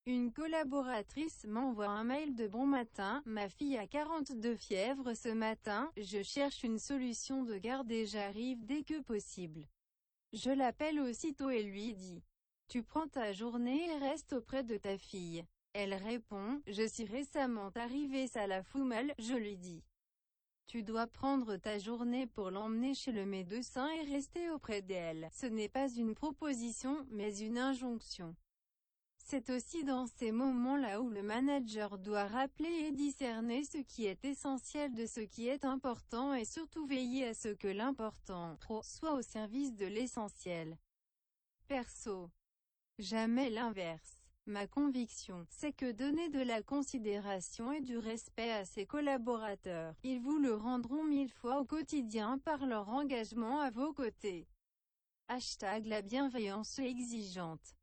Une collaboratrice m'envoie un mail de bon matin, ma fille a 42 fièvre ce matin, je cherche une solution de garde et j'arrive dès que possible. Je l'appelle aussitôt et lui dis. Tu prends ta journée et restes auprès de ta fille. Elle répond, je suis récemment arrivée, ça la fout mal, je lui dis. Tu dois prendre ta journée pour l'emmener chez le médecin et rester auprès d'elle. Ce n'est pas une proposition, mais une injonction. C'est aussi dans ces moments-là où le manager doit rappeler et discerner ce qui est essentiel de ce qui est important et surtout veiller à ce que l'important, pro, soit au service de l'essentiel. Perso. Jamais l'inverse. Ma conviction, c'est que donner de la considération et du respect à ses collaborateurs, ils vous le rendront 1000 fois au quotidien par leur engagement à vos côtés. Hashtag la bienveillance exigeante.